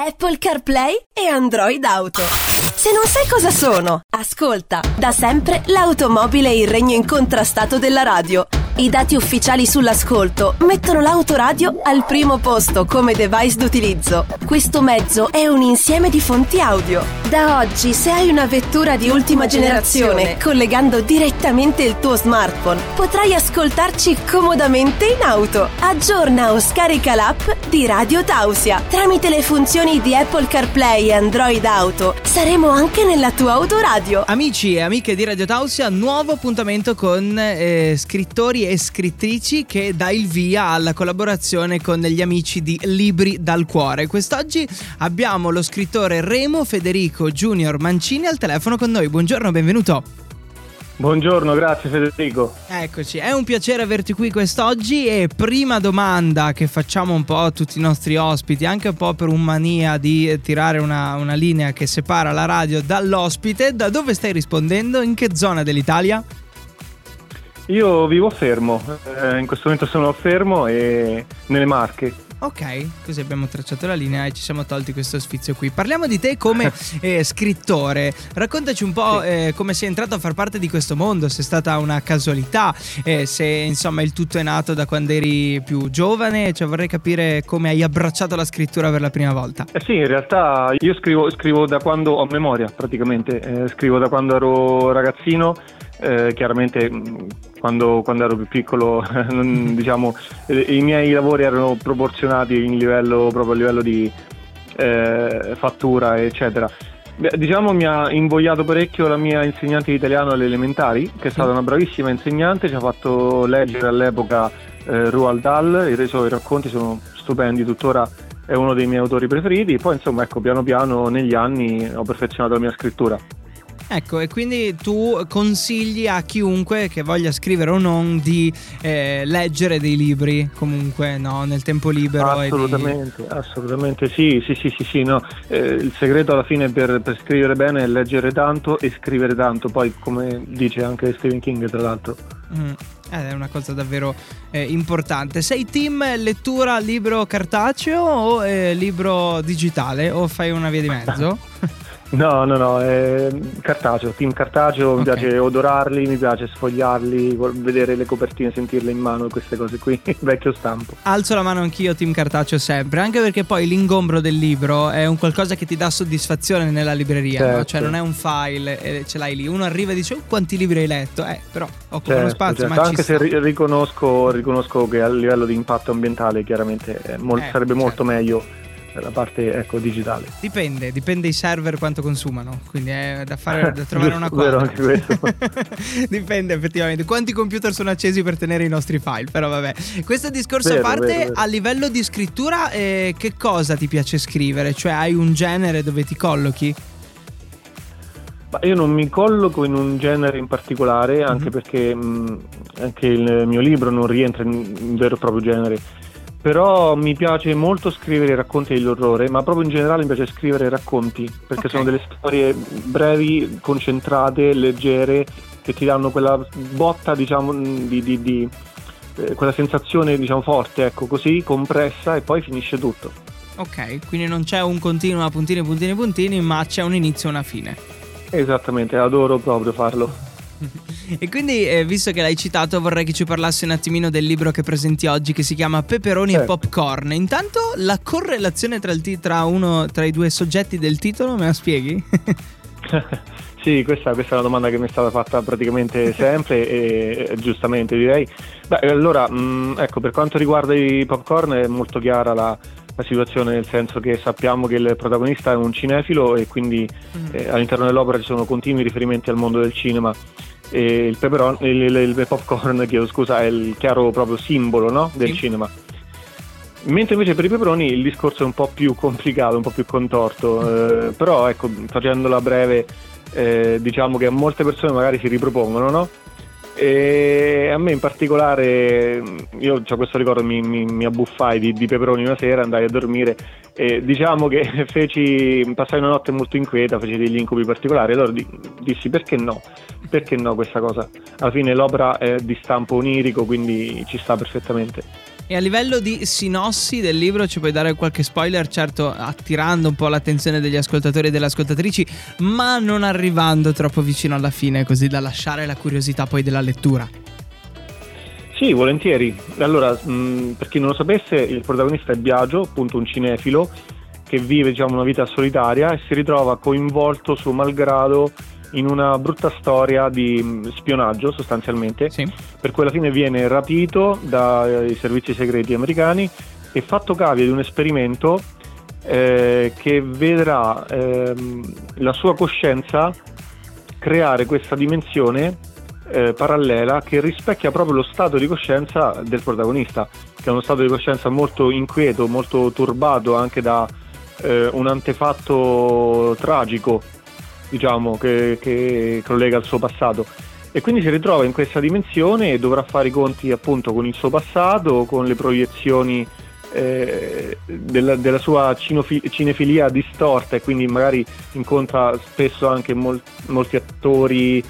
Apple CarPlay e Android Auto. Se non sai cosa sono, ascolta. Da sempre l'automobile è il regno incontrastato della radio. I dati ufficiali sull'ascolto mettono l'autoradio al primo posto come device d'utilizzo. Questo mezzo è un insieme di fonti audio. Da oggi, se hai una vettura di ultima generazione, collegando direttamente il tuo smartphone, potrai ascoltarci comodamente in auto. Aggiorna o scarica l'app di Radio Tausia. Tramite le funzioni di Apple CarPlay e Android Auto, saremo anche nella tua autoradio. Amici e amiche di Radio Tausia, nuovo appuntamento con scrittori e scrittrici che dà il via alla collaborazione con gli amici di Libri dal Cuore. Quest'oggi abbiamo lo scrittore Remo Federico Junior Mancini al telefono con noi. Buongiorno, benvenuto. Buongiorno, grazie Federico. Eccoci, è un piacere averti qui quest'oggi. E prima domanda che facciamo un po' a tutti i nostri ospiti, anche un po' per un mania di tirare una linea che separa la radio dall'ospite: da dove stai rispondendo? In che zona dell'Italia? Io vivo a Fermo, in questo momento sono a Fermo e nelle Marche. Ok, così abbiamo tracciato la linea e ci siamo tolti questo sfizio qui. Parliamo di te come scrittore. Raccontaci un po' come sei entrato a far parte di questo mondo, se è stata una casualità, se insomma il tutto è nato da quando eri più giovane. Cioè, vorrei capire come hai abbracciato la scrittura per la prima volta. Sì, in realtà io scrivo da quando ho memoria, praticamente. Scrivo da quando ero ragazzino. Chiaramente quando ero più piccolo diciamo i miei lavori erano proporzionati proprio a livello di fattura eccetera. Diciamo mi ha invogliato parecchio la mia insegnante di italiano alle elementari, che è stata una bravissima insegnante. Ci ha fatto leggere all'epoca Roald Dahl. I suoi racconti sono stupendi, tuttora è uno dei miei autori preferiti. Poi insomma, ecco, piano piano negli anni ho perfezionato la mia scrittura. Ecco, e quindi tu consigli a chiunque che voglia scrivere o non di leggere dei libri, comunque, no, nel tempo libero? Assolutamente sì, no. Il segreto alla fine per scrivere bene è leggere tanto e scrivere tanto, poi come dice anche Stephen King, tra l'altro. È una cosa davvero importante. Sei team lettura libro cartaceo o libro digitale, o fai una via di mezzo? No, cartaceo, team cartaceo. Mi piace odorarli, mi piace sfogliarli, vedere le copertine, sentirle in mano, queste cose qui, vecchio stampo. Alzo la mano anch'io, team cartaceo sempre, anche perché poi l'ingombro del libro è un qualcosa che ti dà soddisfazione nella libreria, certo. No? Cioè non è un file e ce l'hai lì, uno arriva e dice quanti libri hai letto, però occupano spazio, certo. Ma anche se riconosco che a livello di impatto ambientale chiaramente sarebbe molto meglio la parte, ecco, digitale. Dipende i server quanto consumano, quindi è da trovare una quadra. Vero, anche questo. Dipende effettivamente quanti computer sono accesi per tenere i nostri file, però vabbè. Questo discorso a parte, vero. A livello di scrittura, che cosa ti piace scrivere? Cioè, hai un genere dove ti collochi? Ma io non mi colloco in un genere in particolare, anche perché anche il mio libro non rientra in un vero e proprio genere. Però mi piace molto scrivere racconti dell'orrore, ma proprio in generale mi piace scrivere racconti, perché sono delle storie brevi, concentrate, leggere, che ti danno quella botta, diciamo, di quella sensazione, diciamo, forte, ecco, così, compressa, e poi finisce tutto. Ok, quindi non c'è un continuo a puntini, ma c'è un inizio e una fine. Esattamente, adoro proprio farlo. E quindi, visto che l'hai citato, vorrei che ci parlassi un attimino del libro che presenti oggi, che si chiama Peperoni e Popcorn. Intanto, la correlazione tra i due soggetti del titolo, me la spieghi? Sì, questa è una domanda che mi è stata fatta praticamente sempre e giustamente, direi. Allora, ecco, per quanto riguarda i popcorn è molto chiara la situazione, nel senso che sappiamo che il protagonista è un cinefilo e quindi all'interno dell'opera ci sono continui riferimenti al mondo del cinema. E il popcorn, è il chiaro proprio simbolo, no, del cinema. Mentre invece per i peperoni il discorso è un po' più complicato, un po' più contorto, però ecco, facendola breve, diciamo che a molte persone magari si ripropongono, no? E a me in particolare, io ho questo ricordo, mi abbuffai di peperoni una sera, andai a dormire e diciamo che passai una notte molto inquieta, feci degli incubi particolari, allora dissi perché no questa cosa. Alla fine l'opera è di stampo onirico, quindi ci sta perfettamente. E a livello di sinossi del libro ci puoi dare qualche spoiler, certo attirando un po' l'attenzione degli ascoltatori e delle ascoltatrici, ma non arrivando troppo vicino alla fine, così da lasciare la curiosità poi della lettura. Sì, volentieri. Allora, per chi non lo sapesse, il protagonista è Biagio, appunto un cinefilo che vive, diciamo, una vita solitaria e si ritrova coinvolto suo malgrado in una brutta storia di spionaggio, sostanzialmente, Sì. per cui alla fine viene rapito dai servizi segreti americani e fatto cavia di un esperimento che vedrà la sua coscienza creare questa dimensione parallela che rispecchia proprio lo stato di coscienza del protagonista, che è uno stato di coscienza molto inquieto, molto turbato anche da un antefatto tragico, diciamo, che collega al suo passato, e quindi si ritrova in questa dimensione e dovrà fare i conti appunto con il suo passato, con le proiezioni della sua cinefilia distorta, e quindi magari incontra spesso anche molti attori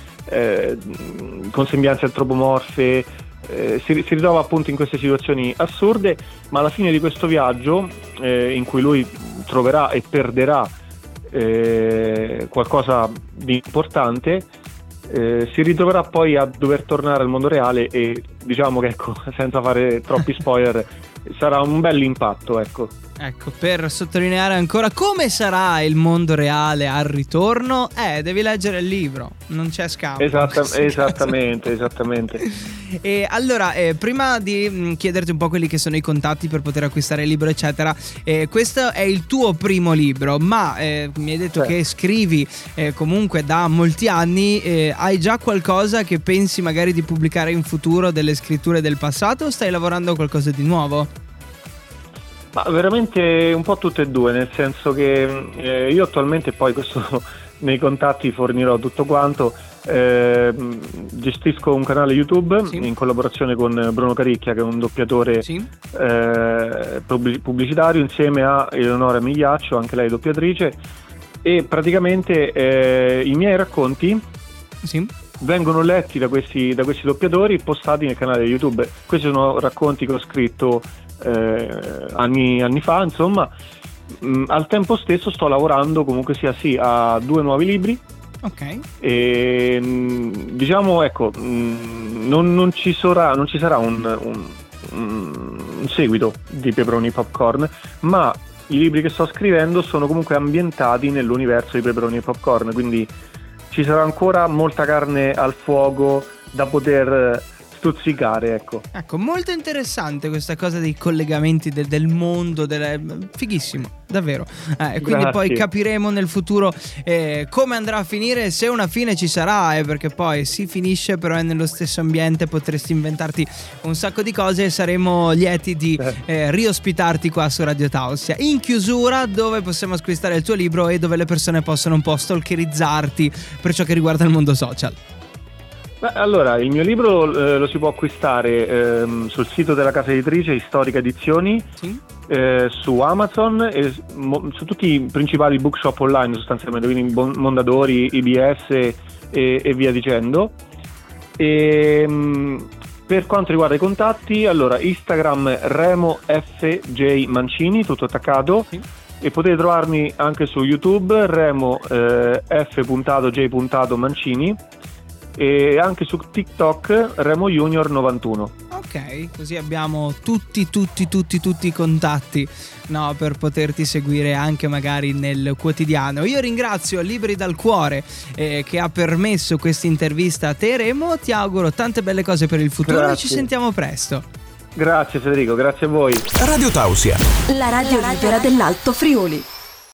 con sembianze antropomorfe, si ritrova appunto in queste situazioni assurde, ma alla fine di questo viaggio in cui lui troverà e perderà qualcosa di importante, si ritroverà poi a dover tornare al mondo reale e, diciamo che, ecco, senza fare troppi spoiler, sarà un bel impatto, ecco. Ecco, per sottolineare ancora come sarà il mondo reale al ritorno, devi leggere il libro, non c'è scampo. Esattamente. E allora, prima di chiederti un po' quelli che sono i contatti per poter acquistare il libro, eccetera, questo è il tuo primo libro, ma mi hai detto che scrivi comunque da molti anni, hai già qualcosa che pensi magari di pubblicare in futuro, delle scritture del passato, o stai lavorando a qualcosa di nuovo? Ma veramente un po' tutte e due, nel senso che io attualmente, poi questo nei contatti fornirò tutto quanto, gestisco un canale YouTube in collaborazione con Bruno Caricchia, che è un doppiatore pubblicitario, insieme a Eleonora Migliaccio, anche lei doppiatrice, e praticamente i miei racconti vengono letti da questi doppiatori, postati nel canale YouTube. Questi sono racconti che ho scritto anni fa, insomma. Al tempo stesso sto lavorando comunque sia a 2 nuovi libri. Ok. E diciamo, ecco, non ci sarà un seguito di Peperoni Popcorn, ma i libri che sto scrivendo sono comunque ambientati nell'universo di Peperoni e Popcorn, quindi ci sarà ancora molta carne al fuoco da poter stuzzicare, ecco, molto interessante questa cosa dei collegamenti del mondo, fighissimo, davvero. Quindi poi capiremo nel futuro come andrà a finire, se una fine ci sarà, perché poi si finisce, però è nello stesso ambiente, potresti inventarti un sacco di cose e saremo lieti di riospitarti qua su Radio Tausia, in chiusura, dove possiamo acquistare il tuo libro e dove le persone possono un po' stalkerizzarti per ciò che riguarda il mondo social. Allora, il mio libro lo si può acquistare sul sito della casa editrice Storica Edizioni, su Amazon e su tutti i principali bookshop online, sostanzialmente, quindi Mondadori, IBS e via dicendo. E per quanto riguarda i contatti, allora Instagram Remo FJ Mancini, tutto attaccato, e potete trovarmi anche su YouTube Remo F.J. Mancini, e anche su TikTok Remo Junior 91. Ok, così abbiamo tutti i contatti, no, per poterti seguire anche magari nel quotidiano. Io ringrazio Libri dal Cuore che ha permesso questa intervista a te, Remo. Ti auguro tante belle cose per il futuro. E ci sentiamo presto. Grazie Federico, grazie a voi. Radio Tausia, la radio libera dell'Alto Friuli.